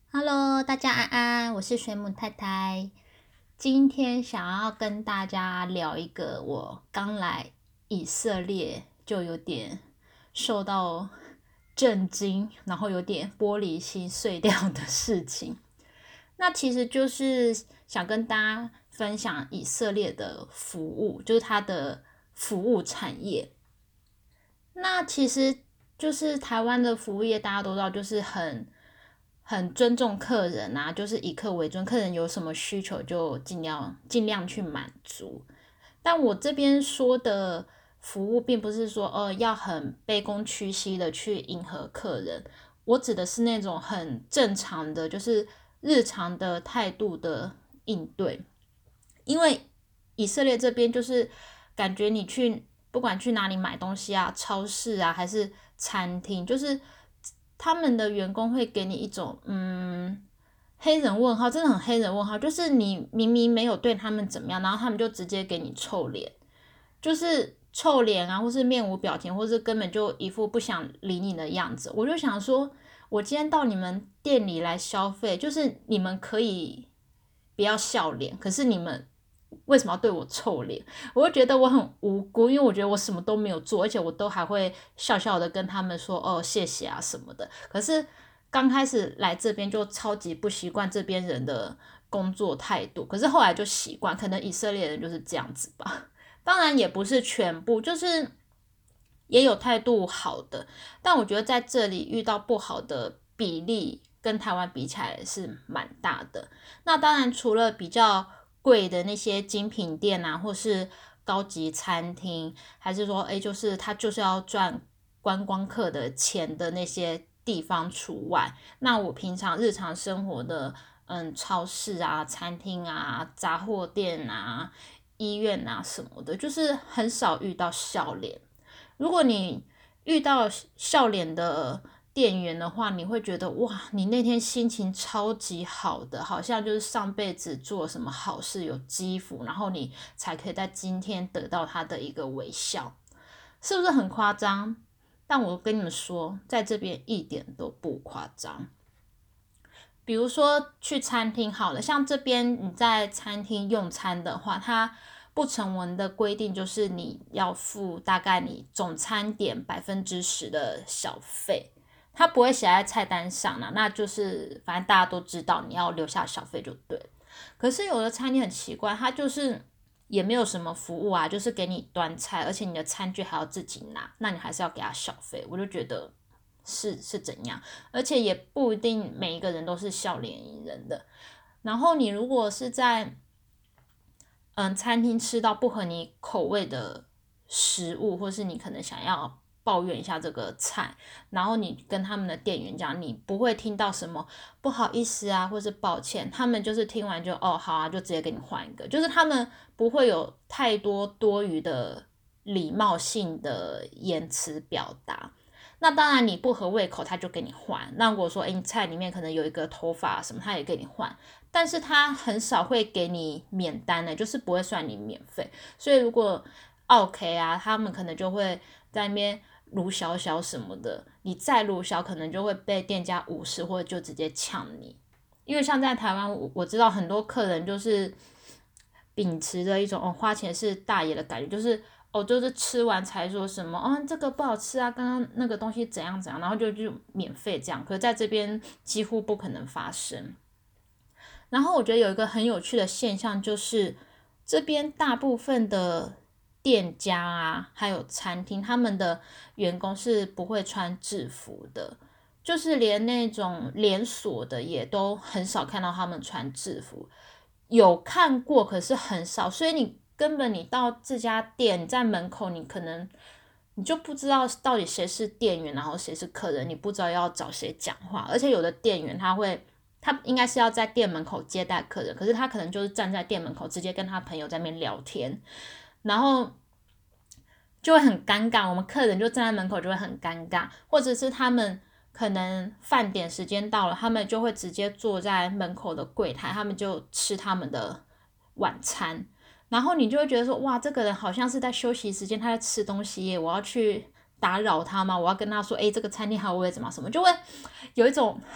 Hello，大家安安，我是水母太太。今天想要跟大家聊一个我刚来以色列就有点受到震惊，然后有点玻璃心碎掉的事情。那其实就是想跟大家分享以色列的服务，就是它的服务产业。那其实就是台湾的服务业，大家都知道，就是很尊重客人啊，就是以客为尊，客人有什么需求就尽量去满足。但我这边说的服务，并不是说要很卑躬屈膝的去迎合客人，我指的是那种很正常的，就是日常的态度的应对。因为以色列这边就是感觉你去不管去哪里买东西啊，超市啊还是餐厅，就是他们的员工会给你一种黑人问号，真的很黑人问号，就是你明明没有对他们怎么样，然后他们就直接给你臭脸，就是臭脸啊，或是面无表情，或是根本就一副不想理你的样子。我就想说，我今天到你们店里来消费，就是你们可以不要笑脸，可是你们为什么要对我臭脸？我会觉得我很无辜，因为我觉得我什么都没有做，而且我都还会笑笑的跟他们说谢谢啊什么的。可是刚开始来这边就超级不习惯这边人的工作态度，可是后来就习惯，可能以色列人就是这样子吧。当然也不是全部，就是也有态度好的，但我觉得在这里遇到不好的比例跟台湾比起来是蛮大的。那当然除了比较贵的那些精品店啊，或是高级餐厅，还是说就是他就是要赚观光客的钱的那些地方除外，那我平常日常生活的超市啊、餐厅啊、杂货店啊、医院啊什么的，就是很少遇到笑脸。如果你遇到笑脸的店员的话，你会觉得哇，你那天心情超级好的，好像就是上辈子做什么好事有积福，然后你才可以在今天得到他的一个微笑，是不是很夸张？但我跟你们说，在这边一点都不夸张。比如说去餐厅好了，像这边你在餐厅用餐的话，它不成文的规定就是你要付大概你总餐点10%的小费，它不会写在菜单上啦，那就是反正大家都知道你要留下小费就对。可是有的餐厅很奇怪，它就是也没有什么服务啊，就是给你端菜，而且你的餐具还要自己拿，那你还是要给他小费，我就觉得是怎样，而且也不一定每一个人都是笑脸迎人的。然后你如果是在餐厅吃到不合你口味的食物，或是你可能想要抱怨一下这个菜，然后你跟他们的店员讲，你不会听到什么不好意思啊，或是抱歉，他们就是听完就好啊，就直接给你换一个，就是他们不会有太多多余的礼貌性的言辞表达。那当然你不合胃口，他就给你换。那如果说，你菜里面可能有一个头发什么，他也给你换。但是他很少会给你免单的，就是不会算你免费。所以如果 OK 啊，他们可能就会在那边卢小小什么的，你再卢小，可能就会被店家无视，或者就直接抢你。因为像在台湾，我知道很多客人就是秉持着一种花钱是大爷的感觉，就是就是吃完才说什么这个不好吃啊，刚刚那个东西怎样怎样，然后就免费这样，可是在这边几乎不可能发生。然后我觉得有一个很有趣的现象，就是这边大部分的店家啊，还有餐厅，他们的员工是不会穿制服的，就是连那种连锁的也都很少看到他们穿制服。有看过，可是很少，所以你根本你到这家店，你在门口，你可能你就不知道到底谁是店员，然后谁是客人，你不知道要找谁讲话，而且有的店员他应该是要在店门口接待客人，可是他可能就是站在店门口直接跟他朋友在那边聊天，然后就会很尴尬，我们客人就站在门口就会很尴尬，或者是他们可能饭点时间到了，他们就会直接坐在门口的柜台，他们就吃他们的晚餐，然后你就会觉得说，哇，这个人好像是在休息时间，他在吃东西耶，我要去打扰他吗？我要跟他说，这个餐厅好，我也怎么什么，就会有一种很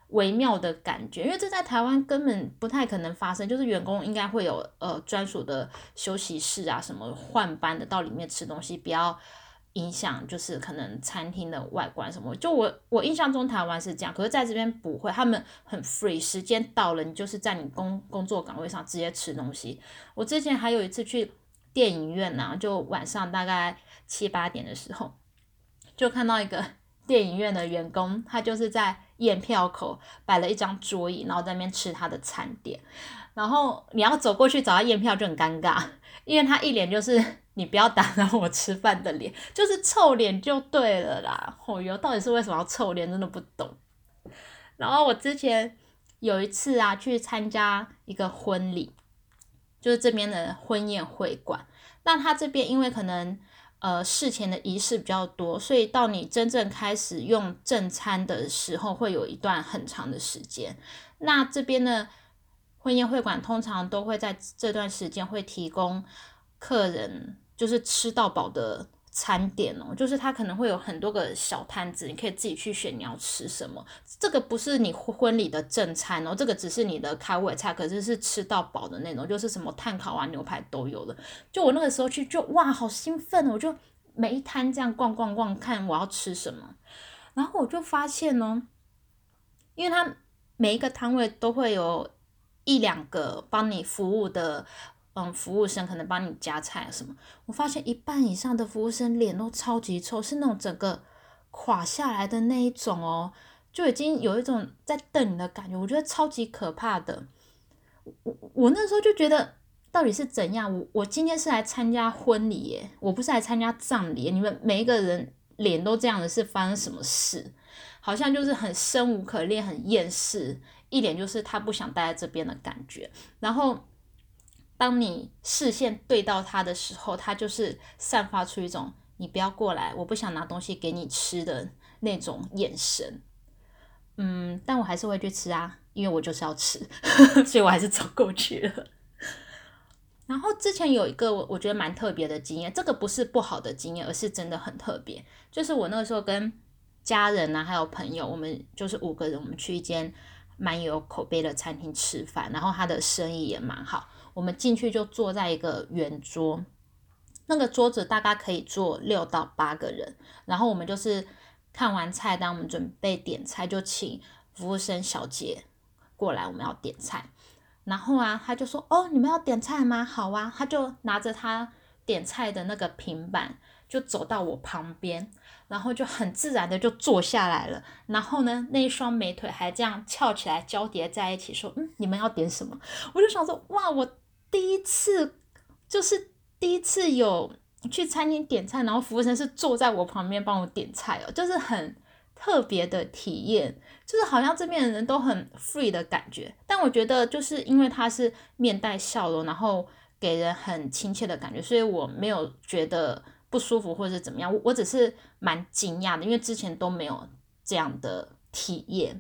微妙的感觉，因为这在台湾根本不太可能发生，就是员工应该会有专属的休息室啊，什么换班的到里面吃东西，不要影响就是可能餐厅的外观什么。就我印象中台湾是这样，可是在这边不会，他们很 free， 时间到了你就是在你工作岗位上直接吃东西。我之前还有一次去电影院啊，就晚上大概7、8点的时候，就看到一个电影院的员工，他就是在验票口摆了一张桌椅，然后在那边吃他的餐点，然后你要走过去找他验票就很尴尬，因为他一脸就是你不要打扰我吃饭的脸，就是臭脸就对了啦。哦哟，到底是为什么要臭脸，真的不懂。然后我之前有一次啊，去参加一个婚礼，就是这边的婚宴会馆，那他这边因为可能事前的仪式比较多，所以到你真正开始用正餐的时候，会有一段很长的时间。那这边的婚宴会馆通常都会在这段时间会提供客人就是吃到饱的餐点哦，就是它可能会有很多个小摊子，你可以自己去选你要吃什么。这个不是你婚礼的正餐哦，这个只是你的开胃菜，可是是吃到饱的那种，就是什么炭烤啊、牛排都有的。就我那个时候去就哇好兴奋哦，我就每一摊这样逛逛逛，看我要吃什么。然后我就发现哦，因为它每一个摊位都会有1、2个帮你服务的服务生可能帮你夹菜什么，我发现一半以上的服务生脸都超级臭，是那种整个垮下来的那一种哦，就已经有一种在瞪你的感觉，我觉得超级可怕的。我那时候就觉得到底是怎样？我今天是来参加婚礼耶，我不是来参加葬礼耶，你们每一个人脸都这样的，是发生什么事？好像就是很生无可恋，很厌世，一脸就是他不想待在这边的感觉。然后当你视线对到他的时候，他就是散发出一种你不要过来，我不想拿东西给你吃的那种眼神。但我还是会去吃啊，因为我就是要吃，所以我还是走过去了。然后之前有一个我觉得蛮特别的经验，这个不是不好的经验，而是真的很特别。就是我那个时候跟家人啊，还有朋友，我们就是5个人，我们去一间蛮有口碑的餐厅吃饭，然后他的生意也蛮好。我们进去就坐在一个圆桌，那个桌子大概可以坐6到8个人，然后我们就是看完菜单，我们准备点菜，就请服务生小姐过来，我们要点菜。然后啊，他就说：“哦，你们要点菜吗？好啊。”他就拿着他点菜的那个平板，就走到我旁边，然后就很自然的就坐下来了。然后呢，那一双美腿还这样翘起来，交叠在一起，说：你们要点什么？”我就想说，哇，我第一次就是第一次有去餐厅点菜，然后服务生是坐在我旁边帮我点菜哦，就是很特别的体验。就是好像这边的人都很 free 的感觉，但我觉得就是因为他是面带笑容，然后给人很亲切的感觉，所以我没有觉得不舒服或者是怎么样，我只是蛮惊讶的，因为之前都没有这样的体验。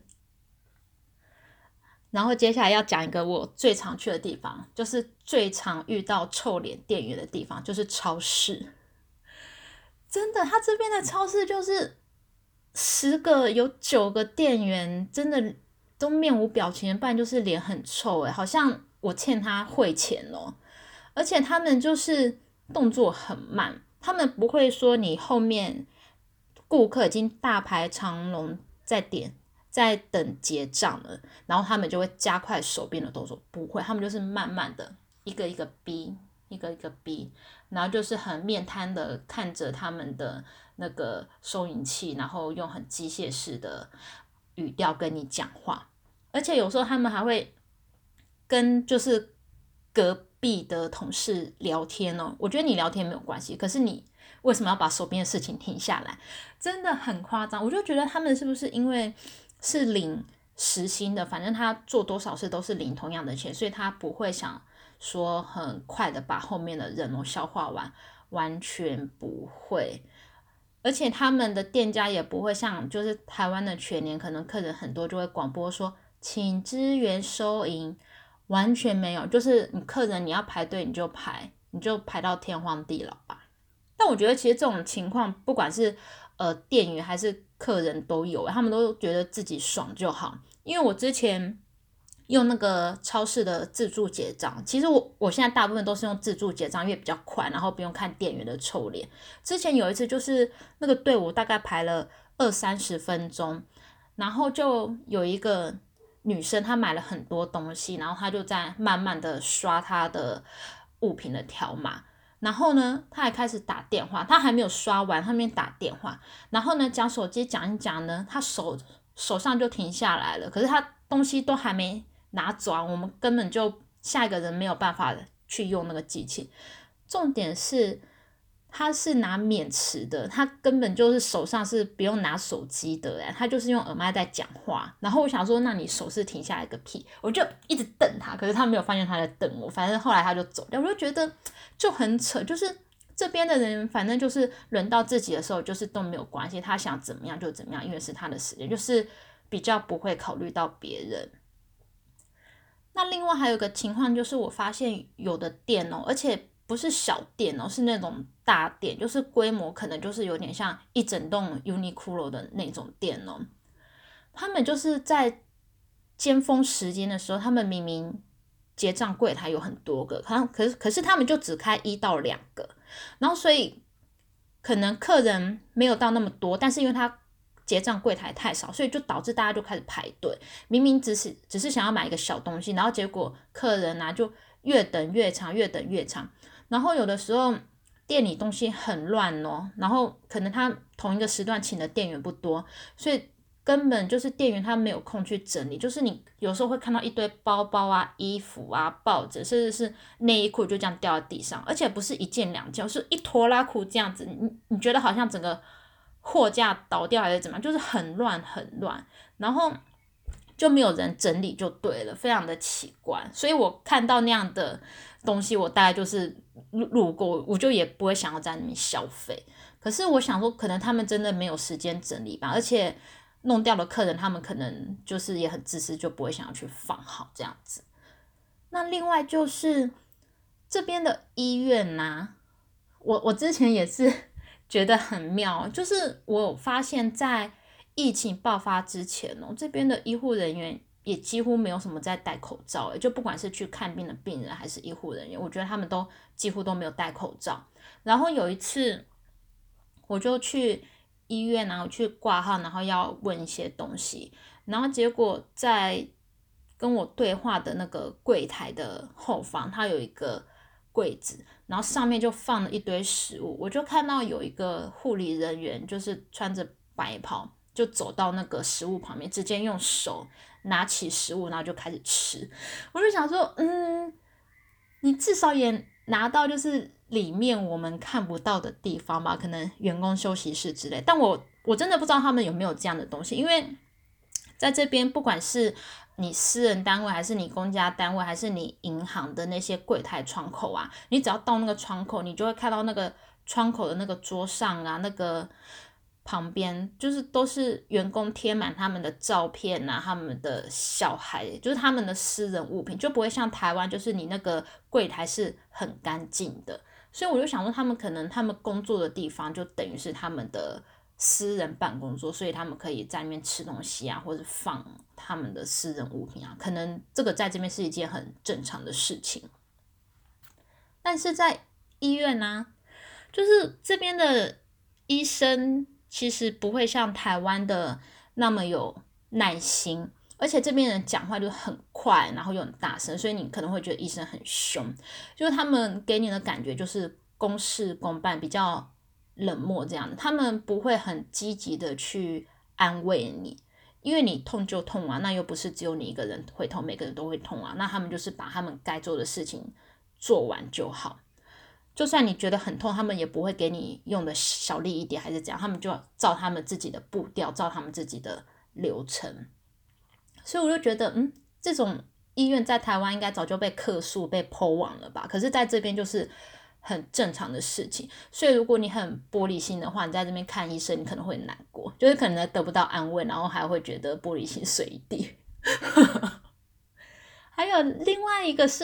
然后接下来要讲一个我最常去的地方，就是最常遇到臭脸店员的地方，就是超市。真的，他这边的超市就是10个有9个店员真的都面无表情，不然就是脸很臭好像我欠他汇钱哦。而且他们就是动作很慢，他们不会说你后面顾客已经大排长龙在等结账了，然后他们就会加快手边的动作，不会，他们就是慢慢的一个一个逼，一个一个逼，然后就是很面瘫的看着他们的那个收银器，然后用很机械式的语调跟你讲话，而且有时候他们还会跟就是隔壁的同事聊天哦。我觉得你聊天没有关系，可是你为什么要把手边的事情停下来？真的很夸张。我就觉得他们是不是因为是领时薪的，反正他做多少事都是领同样的钱，所以他不会想说很快的把后面的人消化完，完全不会。而且他们的店家也不会像就是台湾的全联，可能客人很多就会广播说请支援收银，完全没有，就是你客人你要排队你就排到天荒地老吧。但我觉得其实这种情况不管是店员还是客人都有，他们都觉得自己爽就好。因为我之前用那个超市的自助结账，其实我现在大部分都是用自助结账，因为比较快，然后不用看店员的臭脸。之前有一次就是那个队伍大概排了20-30分钟，然后就有一个女生她买了很多东西，然后她就在慢慢的刷她的物品的条码。然后呢，她还开始打电话，她还没有刷完，她那边打电话，然后呢，讲手机讲一讲呢，她手上就停下来了，可是她东西都还没拿走啊，我们根本就下一个人没有办法去用那个机器。重点是他是拿免持的，他根本就是手上是不用拿手机的，他就是用耳麦在讲话。然后我想说，那你手势停下来个屁！我就一直瞪他，可是他没有发现他在瞪我。反正后来他就走掉，我就觉得就很扯，就是这边的人，反正就是轮到自己的时候，就是都没有关系，他想怎么样就怎么样，因为是他的时间，就是比较不会考虑到别人。那另外还有一个情况就是，我发现有的店而且不是小店是那种大店，就是规模可能就是有点像一整栋 Uniqlo 的那种店他们就是在尖峰时间的时候，他们明明结账柜台有很多个，可是他们就只开1到2个，然后所以可能客人没有到那么多，但是因为他结账柜台太少，所以就导致大家就开始排队。明明只是想要买一个小东西，然后结果客人就越等越长，越等越长。然后有的时候店里东西很乱然后可能他同一个时段请的店员不多，所以根本就是店员他没有空去整理。就是你有时候会看到一堆包包啊、衣服啊、抱枕，甚至是内衣裤就这样掉在地上，而且不是1件2件，是一拖拉裤这样子。你觉得好像整个货架倒掉还是怎么样，就是很乱很乱，然后就没有人整理就对了，非常的奇怪。所以我看到那样的东西，我大概就是路过，我就也不会想要在那边消费。可是我想说，可能他们真的没有时间整理吧，而且弄掉的客人，他们可能就是也很自私，就不会想要去放好这样子。那另外就是这边的医院我之前也是觉得很妙，就是我发现在疫情爆发之前这边的医护人员也几乎没有什么在戴口罩，就不管是去看病的病人还是医护人员，我觉得他们都几乎都没有戴口罩。然后有一次我就去医院我去挂号，然后要问一些东西，然后结果在跟我对话的那个柜台的后方，它有一个柜子，然后上面就放了一堆食物。我就看到有一个护理人员就是穿着白袍，就走到那个食物旁边，直接用手拿起食物，然后就开始吃。我就想说你至少也拿到就是里面我们看不到的地方吧，可能员工休息室之类。但我真的不知道他们有没有这样的东西，因为在这边不管是你私人单位还是你公家单位还是你银行的那些柜台窗口你只要到那个窗口，你就会看到那个窗口的那个桌上那个旁边就是都是员工贴满他们的照片他们的小孩，就是他们的私人物品，就不会像台湾就是你那个柜台是很干净的。所以我就想说他们可能他们工作的地方就等于是他们的私人办公桌，所以他们可以在那边吃东西或者放他们的私人物品可能这个在这边是一件很正常的事情。但是在医院就是这边的医生其实不会像台湾的那么有耐心，而且这边人讲话就很快，然后又很大声，所以你可能会觉得医生很凶，就是他们给你的感觉就是公事公办，比较冷漠这样的，他们不会很积极的去安慰你，因为你痛就痛那又不是只有你一个人会痛，每个人都会痛那他们就是把他们该做的事情做完就好。就算你觉得很痛，他们也不会给你用的小力一点还是怎样，他们就照他们自己的步调，照他们自己的流程。所以我就觉得这种医院在台湾应该早就被客诉被po网了吧，可是在这边就是很正常的事情。所以如果你很玻璃心的话，你在这边看医生你可能会难过，就是可能得不到安慰，然后还会觉得玻璃心碎一地还有另外一个是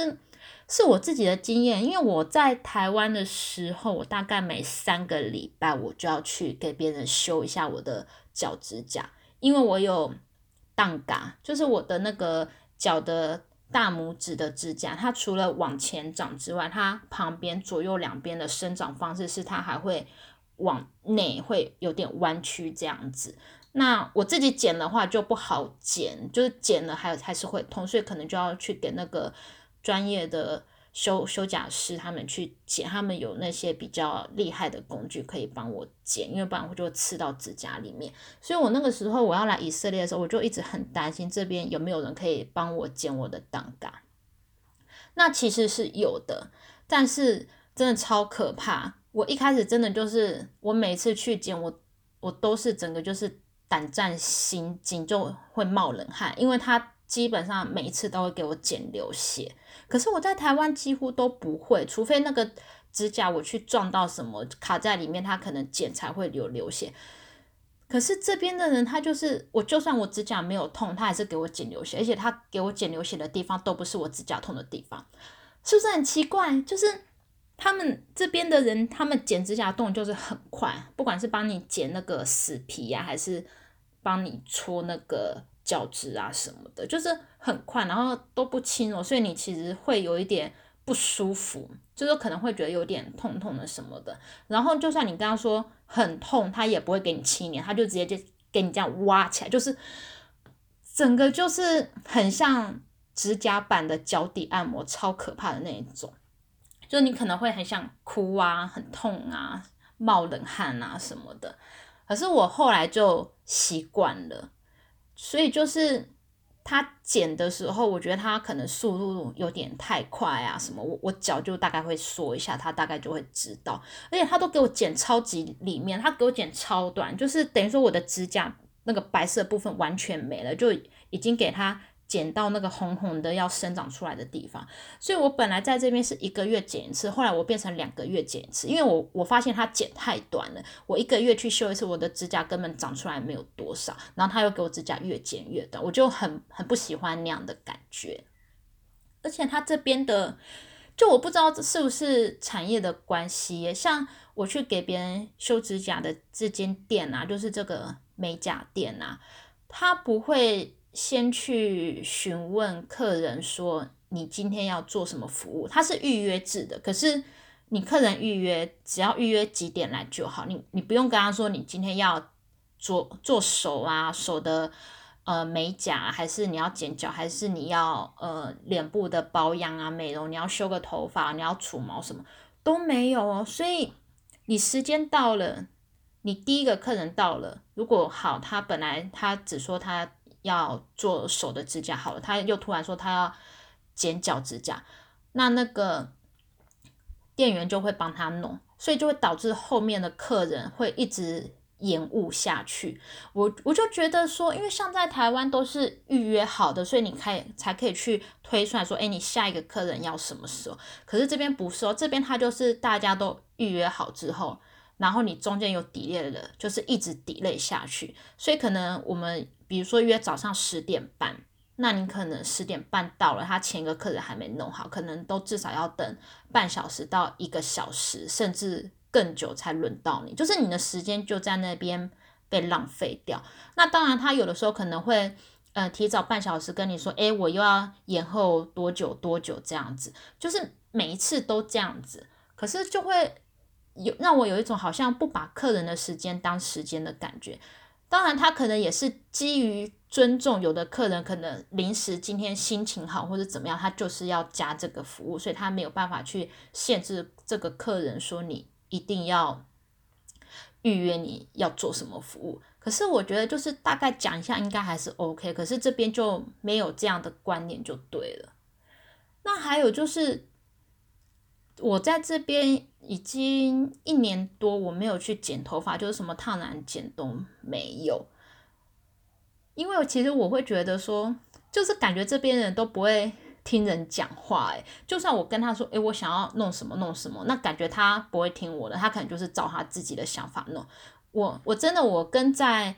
是我自己的经验，因为我在台湾的时候，我大概每3个礼拜我就要去给别人修一下我的脚指甲，因为我有荡嘎，就是我的那个脚的大拇指的指甲，它除了往前长之外，它旁边左右两边的生长方式是它还会往内会有点弯曲这样子。那我自己剪的话就不好剪，就是剪了还是会痛，所以可能就要去给那个专业的修甲师他们去剪，他们有那些比较厉害的工具可以帮我剪，因为不然我就会刺到指甲里面。所以我那个时候我要来以色列的时候，我就一直很担心这边有没有人可以帮我剪我的挡嘎。那其实是有的，但是真的超可怕。我一开始真的就是我每次去剪我都是整个就是胆战心惊，就会冒冷汗，因为他基本上每一次都会给我剪流血。可是我在台湾几乎都不会，除非那个指甲我去撞到什么卡在里面，它可能剪才会流血。可是这边的人他就是就算我指甲没有痛，他还是给我剪流血，而且他给我剪流血的地方都不是我指甲痛的地方，是不是很奇怪？就是他们这边的人，他们剪指甲动就是很快，不管是帮你剪那个死皮啊，还是帮你搓那个角质啊什么的，就是很快，然后都不轻柔，所以你其实会有一点不舒服，就是可能会觉得有点痛痛的什么的。然后就算你刚刚说很痛，他也不会给你轻粘，他就直接就给你这样挖起来，就是整个就是很像指甲板的脚底按摩，超可怕的那一种。就你可能会很想哭啊，很痛啊，冒冷汗啊什么的。可是我后来就习惯了，所以就是他剪的时候，我觉得他可能速度有点太快啊什么，我脚就大概会缩一下，他大概就会知道。而且他都给我剪超级里面，他给我剪超短，就是等于说我的指甲那个白色部分完全没了，就已经给他剪到那个红红的要生长出来的地方。所以我本来在这边是1个月剪一次，后来我变成2个月剪一次，因为我发现它剪太短了，我1个月去修一次，我的指甲根本长出来没有多少，然后他又给我指甲越剪越短，我就很不喜欢那样的感觉。而且他这边的，就我不知道这是不是产业的关系耶，像我去给别人修指甲的这间店啊，就是这个美甲店啊，他不会先去询问客人说你今天要做什么服务，它是预约制的，可是你客人预约只要预约几点来就好，你不用跟他说你今天要做手啊，手的美甲，还是你要剪脚，还是你要脸部的保养啊美容，你要修个头发，你要除毛什么都没有哦。所以你时间到了，你第一个客人到了，如果好，他本来他只说他要做手的指甲好了，他又突然说他要剪脚指甲，那个店员就会帮他弄，所以就会导致后面的客人会一直延误下去。我就觉得说，因为像在台湾都是预约好的，所以你才可以去推算说，你下一个客人要什么时候。可是这边不是哦，这边他就是大家都预约好之后，然后你中间有 delay 了，就是一直 delay 下去。所以可能我们比如说约早上10点半。那你可能10点半到了，他前一个客人还没弄好，可能都至少要等半小时到1个小时，甚至更久才轮到你，就是你的时间就在那边被浪费掉。那当然，他有的时候可能会提早半小时跟你说，我又要延后多久多久这样子，就是每一次都这样子，可是就会让我有一种好像不把客人的时间当时间的感觉。当然他可能也是基于尊重，有的客人可能临时今天心情好或者怎么样，他就是要加这个服务，所以他没有办法去限制这个客人说你一定要预约你要做什么服务。可是我觉得就是大概讲一下应该还是 OK， 可是这边就没有这样的观念就对了。那还有就是我在这边已经1年多，我没有去剪头发，就是什么烫染剪都没有。因为其实我会觉得说，就是感觉这边人都不会听人讲话，就算我跟他说，我想要弄什么弄什么，那感觉他不会听我的，他可能就是照他自己的想法弄。我真的跟在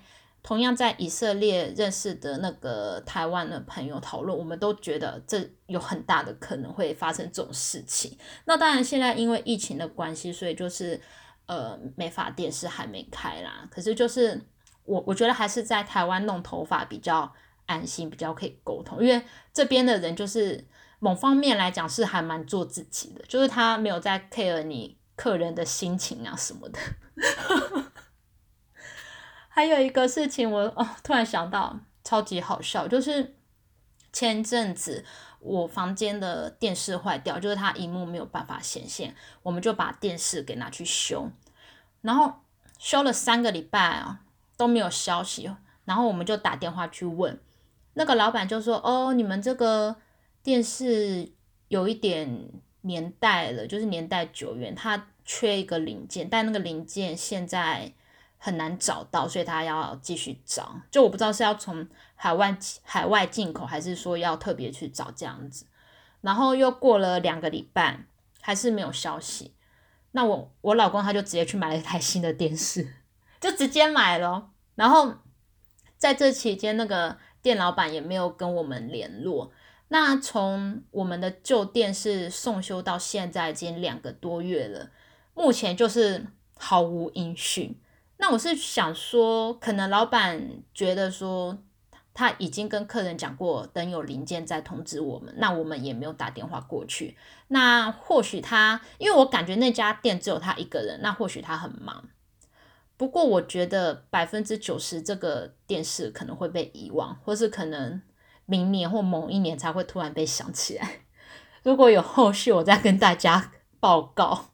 同样在以色列认识的那个台湾的朋友讨论，我们都觉得这有很大的可能会发生这种事情。那当然现在因为疫情的关系，所以就是美发店是还没开啦，可是就是我觉得还是在台湾弄头发比较安心，比较可以沟通，因为这边的人就是某方面来讲是还蛮做自己的，就是他没有在 care 你客人的心情啊什么的。还有一个事情我突然想到超级好笑，就是前阵子我房间的电视坏掉，就是它萤幕没有办法显现，我们就把电视给拿去修，然后修了3个礼拜啊都没有消息，然后我们就打电话去问那个老板，就说你们这个电视有一点年代了，就是年代久远，它缺一个零件，但那个零件现在很难找到，所以他要继续找。就我不知道是要从海外进口，还是说要特别去找这样子。然后又过了2个礼拜，还是没有消息。那我老公他就直接去买了一台新的电视，就直接买了。然后在这期间，那个店老板也没有跟我们联络。那从我们的旧电视送修到现在已经2个多月了，目前就是毫无音讯。那我是想说，可能老板觉得说他已经跟客人讲过，等有零件再通知我们，那我们也没有打电话过去。那或许他，因为我感觉那家店只有他一个人，那或许他很忙。不过我觉得90%这个电视可能会被遗忘，或是可能明年或某一年才会突然被想起来。如果有后续，我再跟大家报告。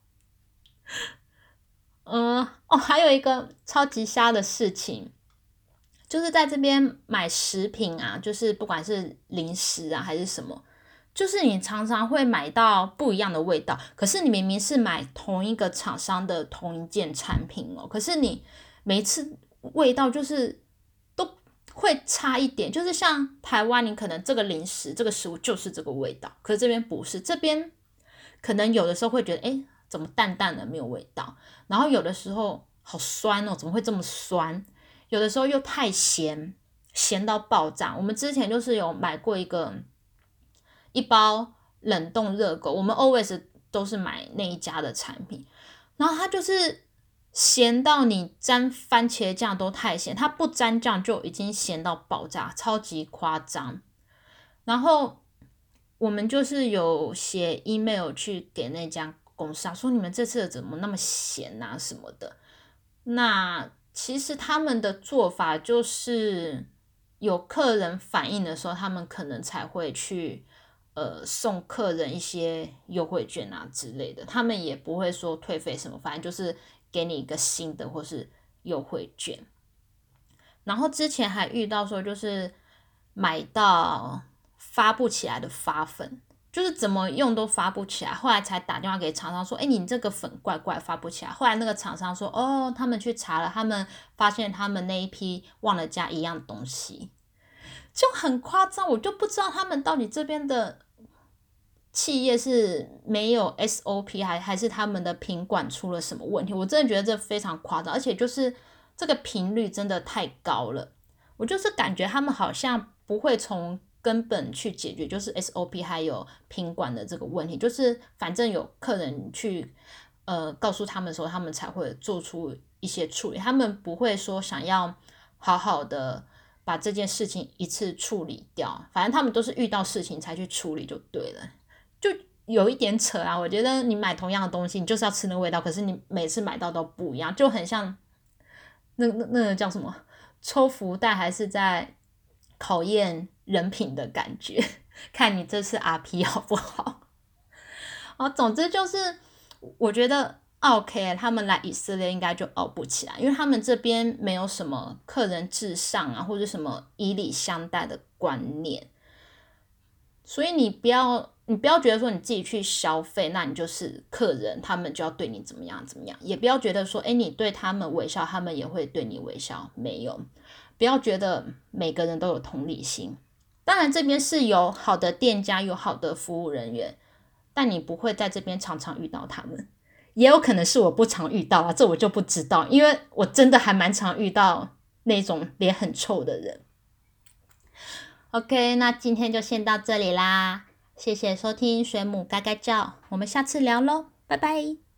还有一个超级瞎的事情，就是在这边买食品啊，就是不管是零食啊还是什么，就是你常常会买到不一样的味道，可是你明明是买同一个厂商的同一件产品哦，可是你每一次味道就是都会差一点，就是像台湾，你可能这个零食这个食物就是这个味道，可是这边不是，这边可能有的时候会觉得怎么淡淡的没有味道，然后有的时候好酸哦，怎么会这么酸？有的时候又太咸，咸到爆炸。我们之前就是有买过一包冷冻热狗，我们 always 都是买那一家的产品，然后它就是咸到你沾番茄酱都太咸，它不沾酱就已经咸到爆炸，超级夸张。然后我们就是有写 email 去给那家公司说你们这次怎么那么咸啊什么的。那其实他们的做法就是有客人反映的时候，他们可能才会去送客人一些优惠券啊之类的，他们也不会说退费什么，反正就是给你一个新的或是优惠券。然后之前还遇到说就是买到发不起来的发粉，就是怎么用都发不起来，后来才打电话给厂商说你这个粉怪怪发不起来。后来那个厂商说他们去查了，他们发现他们那一批忘了加一样东西，就很夸张。我就不知道他们到底这边的企业是没有 SOP 还是他们的品管出了什么问题，我真的觉得这非常夸张，而且就是这个频率真的太高了。我就是感觉他们好像不会从根本去解决，就是 SOP 还有品管的这个问题，就是反正有客人去告诉他们的时候，他们才会做出一些处理，他们不会说想要好好的把这件事情一次处理掉，反正他们都是遇到事情才去处理就对了，就有一点扯啊。我觉得你买同样的东西，你就是要吃那个味道，可是你每次买到都不一样，就很像那个叫什么抽福袋，还是在考验人品的感觉，看你这次 RP 好不好。总之就是我觉得OK， 他们来以色列应该就熬不起来，因为他们这边没有什么客人至上啊，或者什么以礼相待的观念，所以你不要觉得说你自己去消费，那你就是客人，他们就要对你怎么样怎么样，也不要觉得说你对他们微笑，他们也会对你微笑，没有，不要觉得每个人都有同理心。当然这边是有好的店家，有好的服务人员，但你不会在这边常常遇到他们，也有可能是我不常遇到啊，这我就不知道，因为我真的还蛮常遇到那种脸很臭的人。OK， 那今天就先到这里啦，谢谢收听水母嘎嘎叫，我们下次聊咯，拜拜。